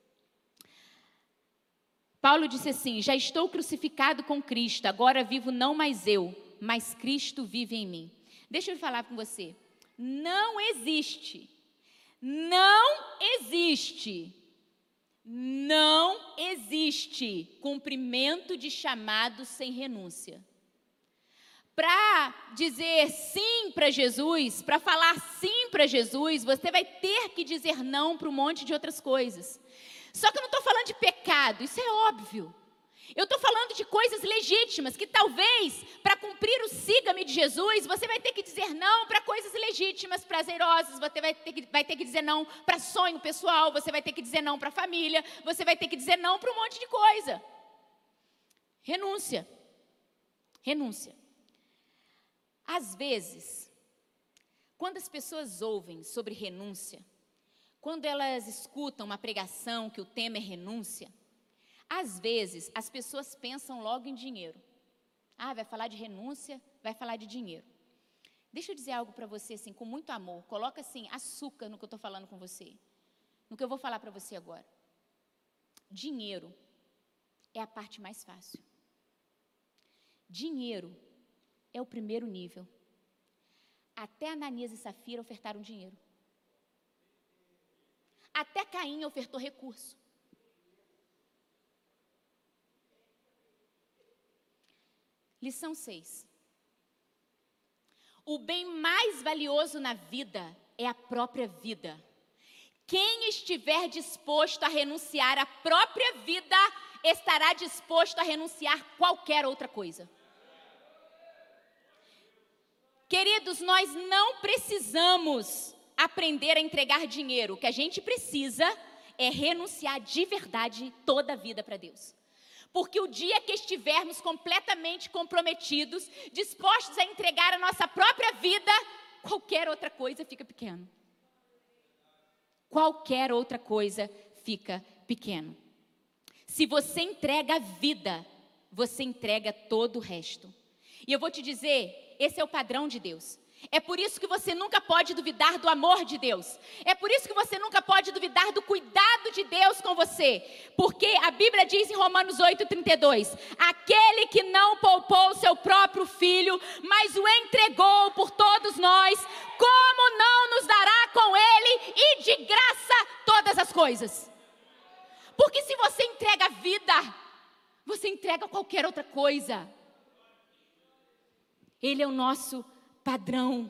Paulo disse assim, já estou crucificado com Cristo, agora vivo não mais eu, mas Cristo vive em mim. Deixa eu falar com você. Não existe, não existe... Não existe cumprimento de chamado sem renúncia. Para dizer sim para Jesus, para falar sim para Jesus, você vai ter que dizer não para um monte de outras coisas. Só que eu não estou falando de pecado, isso é óbvio. Eu estou falando de coisas legítimas, que talvez, para cumprir o siga-me de Jesus, você vai ter que dizer não para coisas legítimas, prazerosas, você vai ter que, vai ter que dizer não para sonho pessoal, você vai ter que dizer não para família, você vai ter que dizer não para um monte de coisa. Renúncia. Renúncia. Às vezes, quando as pessoas ouvem sobre renúncia, quando elas escutam uma pregação que o tema é renúncia, às vezes, as pessoas pensam logo em dinheiro. Ah, vai falar de renúncia, vai falar de dinheiro. Deixa eu dizer algo para você, assim, com muito amor. Coloca, assim, açúcar no que eu estou falando com você. No que eu vou falar para você agora. Dinheiro é a parte mais fácil. Dinheiro é o primeiro nível. Até Ananias e Safira ofertaram dinheiro. Até Caim ofertou recurso. Lição seis. O bem mais valioso na vida é a própria vida. Quem estiver disposto a renunciar à própria vida, estará disposto a renunciar a qualquer outra coisa. Queridos, nós não precisamos aprender a entregar dinheiro. O que a gente precisa é renunciar de verdade toda a vida para Deus. Porque o dia que estivermos completamente comprometidos, dispostos a entregar a nossa própria vida, qualquer outra coisa fica pequeno. Qualquer outra coisa fica pequeno. Se você entrega a vida, você entrega todo o resto. E eu vou te dizer, esse é o padrão de Deus. É por isso que você nunca pode duvidar do amor de Deus. É por isso que você nunca pode duvidar do cuidado de Deus com você. Porque a Bíblia diz em Romanos oito, trinta e dois, aquele que não poupou seu próprio filho, mas o entregou por todos nós, como não nos dará com ele e de graça todas as coisas? Porque se você entrega a vida, você entrega qualquer outra coisa. Ele é o nosso padrão.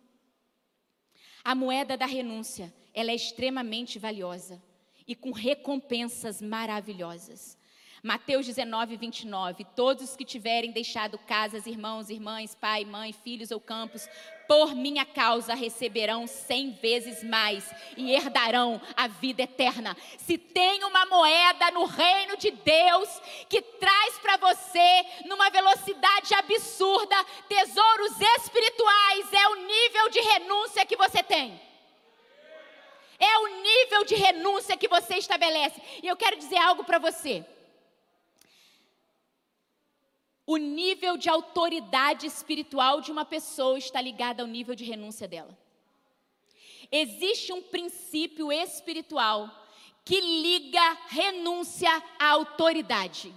A moeda da renúncia, ela é extremamente valiosa e com recompensas maravilhosas. Mateus dezenove, vinte e nove, todos os que tiverem deixado casas, irmãos, irmãs, pai, mãe, filhos ou campos, por minha causa receberão cem vezes mais e herdarão a vida eterna. Se tem uma moeda no reino de Deus que traz para você, numa velocidade absurda, tesouros espirituais, é o nível de renúncia que você tem. É o nível de renúncia que você estabelece. E eu quero dizer algo para você. O nível de autoridade espiritual de uma pessoa está ligado ao nível de renúncia dela. Existe um princípio espiritual que liga renúncia à autoridade.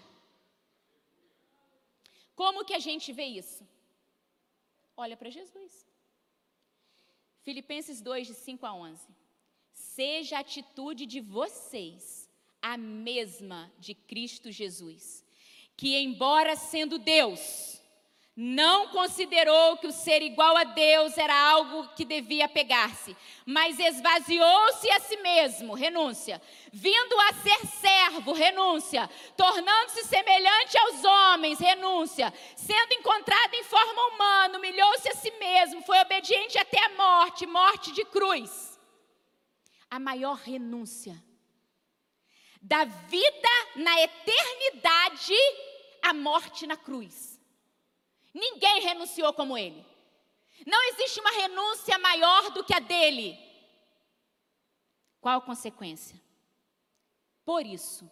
Como que a gente vê isso? Olha para Jesus. Filipenses dois, de cinco a onze. Seja a atitude de vocês a mesma de Cristo Jesus, que, embora sendo Deus, não considerou que o ser igual a Deus era algo que devia apegar-se, mas esvaziou-se a si mesmo, renúncia, vindo a ser servo, renúncia, tornando-se semelhante aos homens, renúncia, sendo encontrado em forma humana, humilhou-se a si mesmo, foi obediente até a morte, morte de cruz. A maior renúncia da vida na eternidade, a morte na cruz. Ninguém renunciou como ele. Não existe uma renúncia maior do que a dele. Qual a consequência? Por isso,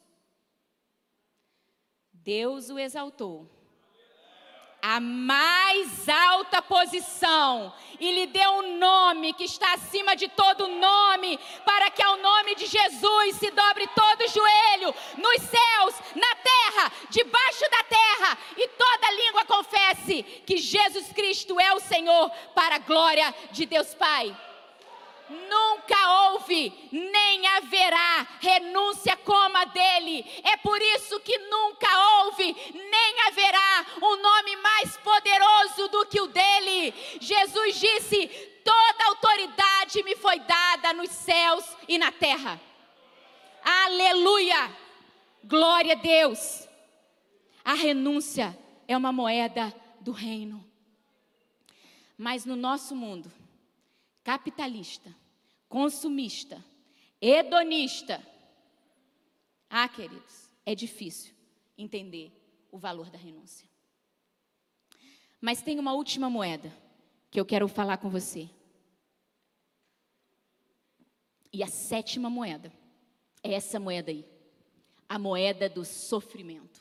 Deus o exaltou à mais alta posição e lhe deu um nome que está acima de todo nome, para que ao nome de Jesus se dobre todo joelho, nos céus, na terra, debaixo da terra, e toda língua confesse que Jesus Cristo é o Senhor, para a glória de Deus Pai. Nunca houve, nem haverá renúncia como a dele. É por isso que nunca houve, nem haverá um nome mais poderoso do que o dele. Jesus disse: toda autoridade me foi dada nos céus e na terra. Aleluia! Glória a Deus! A renúncia é uma moeda do reino. Mas no nosso mundo capitalista, consumista, hedonista, ah, queridos, é difícil entender o valor da renúncia. Mas tem uma última moeda que eu quero falar com você. E a sétima moeda é essa moeda aí, a moeda do sofrimento.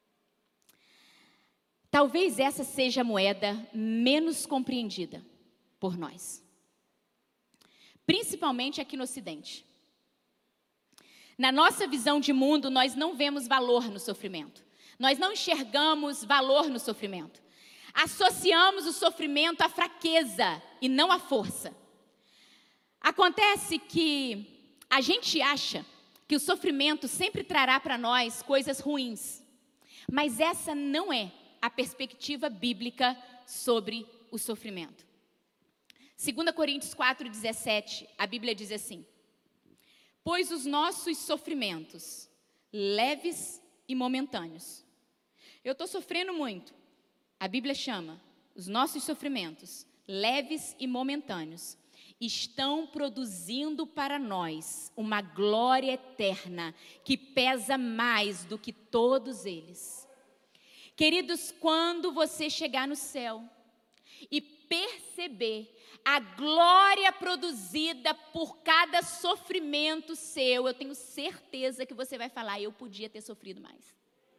Talvez essa seja a moeda menos compreendida por nós. Principalmente aqui no Ocidente. Na nossa visão de mundo, nós não vemos valor no sofrimento. Nós não enxergamos valor no sofrimento. Associamos o sofrimento à fraqueza e não à força. Acontece que a gente acha que o sofrimento sempre trará para nós coisas ruins. Mas essa não é a perspectiva bíblica sobre o sofrimento. Segunda Coríntios quatro, dezessete, a Bíblia diz assim: pois os nossos sofrimentos, leves e momentâneos. Eu estou sofrendo muito. A Bíblia chama os nossos sofrimentos, leves e momentâneos, estão produzindo para nós uma glória eterna que pesa mais do que todos eles. Queridos, quando você chegar no céu e perceber a glória produzida por cada sofrimento seu, eu tenho certeza que você vai falar: eu podia ter sofrido mais.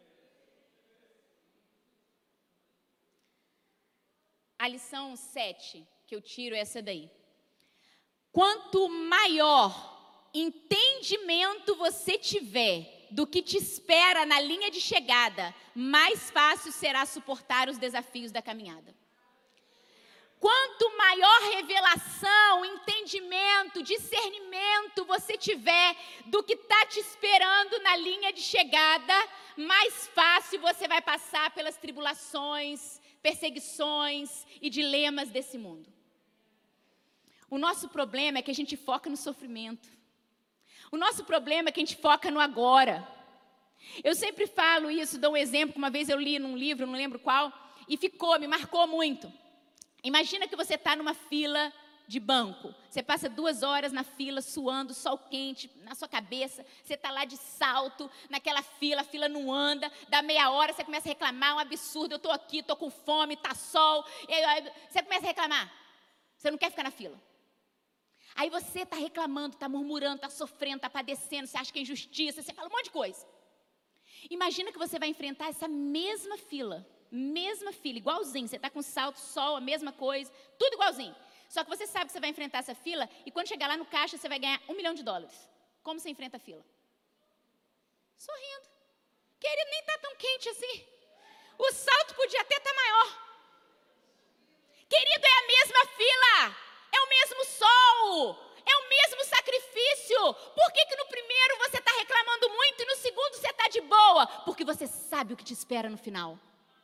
A lição sete que eu tiro é essa daí. Quanto maior entendimento você tiver do que te espera na linha de chegada, mais fácil será suportar os desafios da caminhada. Quanto maior revelação, entendimento, discernimento você tiver do que está te esperando na linha de chegada, mais fácil você vai passar pelas tribulações, perseguições e dilemas desse mundo. O nosso problema é que a gente foca no sofrimento. O nosso problema é que a gente foca no agora. Eu sempre falo isso, dou um exemplo, que uma vez eu li num livro, não lembro qual, e ficou, me marcou muito. Imagina que você está numa fila de banco. Você passa duas horas na fila, suando, sol quente na sua cabeça. Você está lá de salto, naquela fila, a fila não anda. Dá meia hora, você começa a reclamar, um absurdo, eu estou aqui, estou com fome, está sol. Você começa a reclamar. Você não quer ficar na fila. Aí você está reclamando, está murmurando, está sofrendo, está padecendo, você acha que é injustiça, você fala um monte de coisa. Imagina que você vai enfrentar essa mesma fila, mesma fila, igualzinho. Você está com salto, sol, a mesma coisa, tudo igualzinho. Só que você sabe que você vai enfrentar essa fila e quando chegar lá no caixa você vai ganhar um milhão de dólares. Como você enfrenta a fila? Sorrindo. Querido, nem está tão quente assim. O salto podia até estar maior. Querido, é a mesma fila. É o mesmo sol. É o mesmo sacrifício. Por que que no primeiro você está reclamando muito e no segundo você está de boa? Porque você sabe o que te espera no final.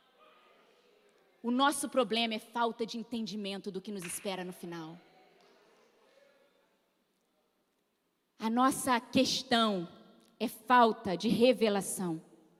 O nosso problema é falta de entendimento do que nos espera no final. A nossa questão é falta de revelação.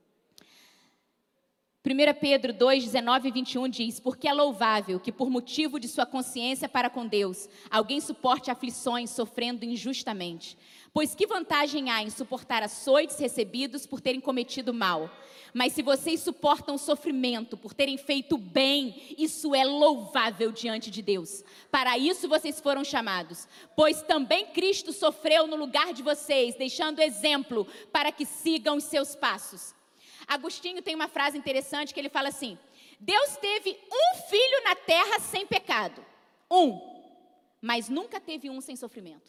primeira Pedro dois, dezenove e vinte e um diz: porque é louvável que por motivo de sua consciência para com Deus, alguém suporte aflições sofrendo injustamente. Pois que vantagem há em suportar açoites recebidos por terem cometido mal? Mas se vocês suportam o sofrimento por terem feito bem, isso é louvável diante de Deus. Para isso vocês foram chamados. Pois também Cristo sofreu no lugar de vocês, deixando exemplo para que sigam os seus passos. Agostinho tem uma frase interessante que ele fala assim: Deus teve um filho na terra sem pecado. Um. Mas nunca teve um sem sofrimento.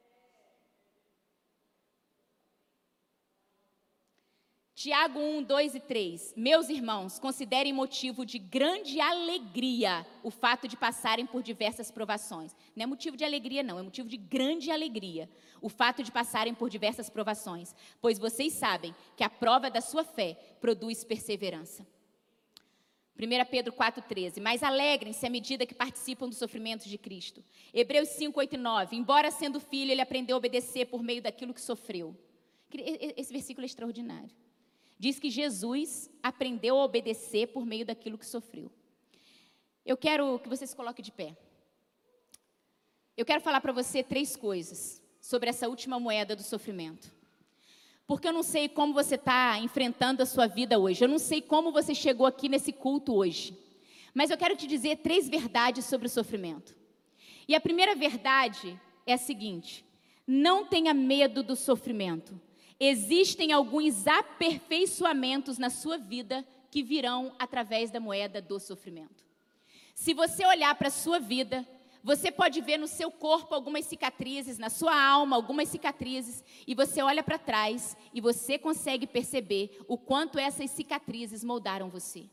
Tiago um, dois e três. Meus irmãos, considerem motivo de grande alegria o fato de passarem por diversas provações. Não é motivo de alegria não, é motivo de grande alegria o fato de passarem por diversas provações. Pois vocês sabem que a prova da sua fé produz perseverança. primeira Pedro quatro, treze. Mas alegrem-se à medida que participam dos sofrimentos de Cristo. Hebreus cinco, oito e nove. Embora sendo filho, ele aprendeu a obedecer por meio daquilo que sofreu. Esse versículo é extraordinário. Diz que Jesus aprendeu a obedecer por meio daquilo que sofreu. Eu quero que você se coloque de pé. Eu quero falar para você três coisas sobre essa última moeda do sofrimento. Porque eu não sei como você está enfrentando a sua vida hoje. Eu não sei como você chegou aqui nesse culto hoje. Mas eu quero te dizer três verdades sobre o sofrimento. E a primeira verdade é a seguinte: não tenha medo do sofrimento. Existem alguns aperfeiçoamentos na sua vida que virão através da moeda do sofrimento. Se você olhar para a sua vida, você pode ver no seu corpo algumas cicatrizes, na sua alma algumas cicatrizes, e você olha para trás e você consegue perceber o quanto essas cicatrizes moldaram você.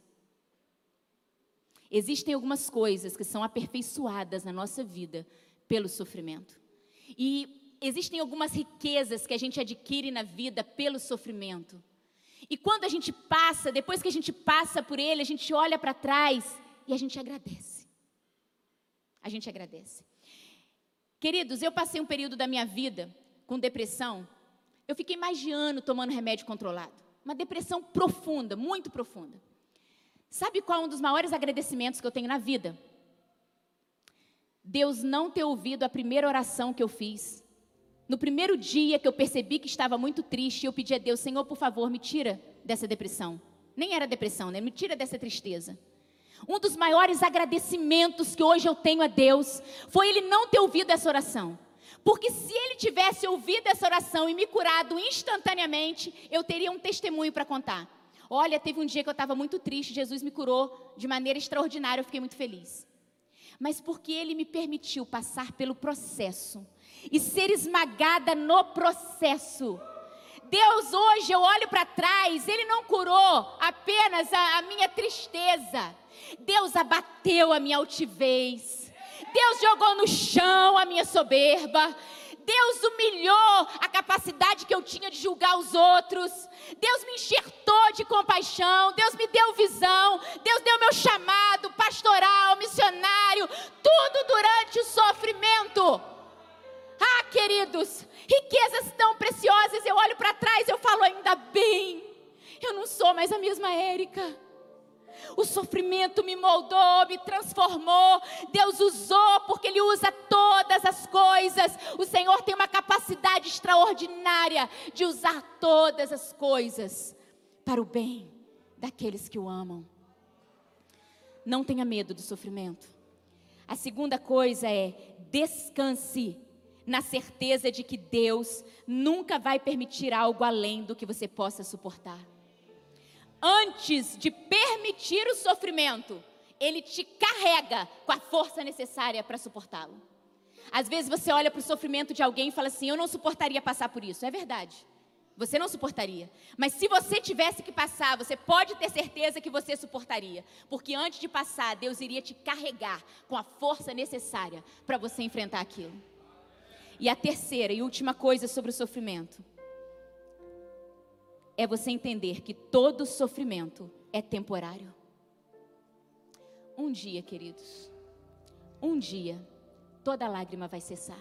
Existem algumas coisas que são aperfeiçoadas na nossa vida pelo sofrimento. E existem algumas riquezas que a gente adquire na vida pelo sofrimento. E quando a gente passa, depois que a gente passa por ele, a gente olha para trás e a gente agradece. A gente agradece. Queridos, eu passei um período da minha vida com depressão. Eu fiquei mais de ano tomando remédio controlado. Uma depressão profunda, muito profunda. Sabe qual é um dos maiores agradecimentos que eu tenho na vida? Deus não ter ouvido a primeira oração que eu fiz. No primeiro dia que eu percebi que estava muito triste, eu pedi a Deus: Senhor, por favor, me tira dessa depressão. Nem era depressão, né? Me tira dessa tristeza. Um dos maiores agradecimentos que hoje eu tenho a Deus foi Ele não ter ouvido essa oração. Porque se Ele tivesse ouvido essa oração e me curado instantaneamente, eu teria um testemunho para contar. Olha, teve um dia que eu estava muito triste, Jesus me curou de maneira extraordinária, eu fiquei muito feliz. Mas porque Ele me permitiu passar pelo processo e ser esmagada no processo. Deus, hoje eu olho para trás, Ele não curou apenas a, a minha tristeza. Deus abateu a minha altivez. Deus jogou no chão a minha soberba. Deus humilhou a capacidade que eu tinha de julgar os outros. Deus me enxertou inundou de compaixão, Deus me deu visão, Deus deu meu chamado pastoral, missionário, tudo durante o sofrimento. Ah, queridos, riquezas tão preciosas, eu olho para trás e eu falo, ainda bem, eu não sou mais a mesma Érica. O sofrimento me moldou, me transformou. Deus usou, porque Ele usa todas as coisas. O Senhor tem uma capacidade extraordinária de usar todas as coisas para o bem daqueles que o amam. Não tenha medo do sofrimento. A segunda coisa é, descanse na certeza de que Deus nunca vai permitir algo além do que você possa suportar. Antes de permitir o sofrimento, Ele te carrega com a força necessária para suportá-lo. Às vezes você olha para o sofrimento de alguém e fala assim, eu não suportaria passar por isso. É verdade, você não suportaria. Mas se você tivesse que passar, você pode ter certeza que você suportaria. Porque antes de passar, Deus iria te carregar com a força necessária para você enfrentar aquilo. E a terceira e última coisa sobre o sofrimento é você entender que todo sofrimento é temporário. Um dia, queridos, um dia, toda lágrima vai cessar.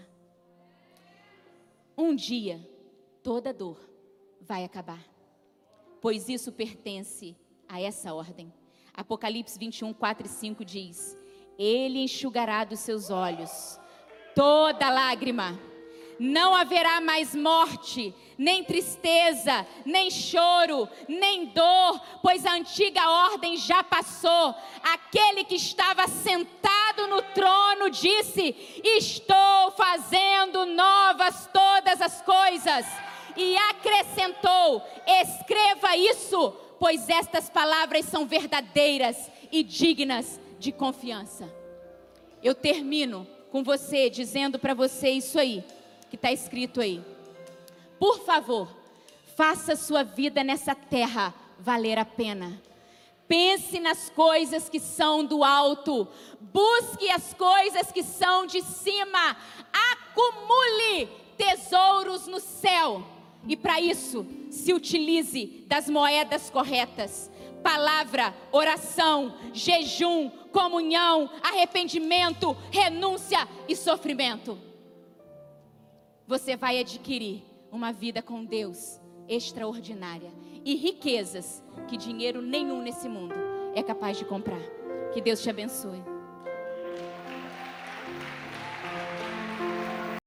Um dia, toda dor vai acabar. Pois isso pertence a essa ordem. Apocalipse vinte e um, quatro e cinco diz, Ele enxugará dos seus olhos toda lágrima. Não haverá mais morte, nem tristeza, nem choro, nem dor, pois a antiga ordem já passou. Aquele que estava sentado no trono disse, estou fazendo novas todas as coisas. E acrescentou, escreva isso, pois estas palavras são verdadeiras e dignas de confiança. Eu termino com você, dizendo para você isso aí, que está escrito aí. Por favor, faça sua vida nessa terra valer a pena. Pense nas coisas que são do alto. Busque as coisas que são de cima. Acumule tesouros no céu. E para isso, se utilize das moedas corretas. Palavra, oração, jejum, comunhão, arrependimento, renúncia e sofrimento. Você vai adquirir uma vida com Deus extraordinária e riquezas que dinheiro nenhum nesse mundo é capaz de comprar. Que Deus te abençoe.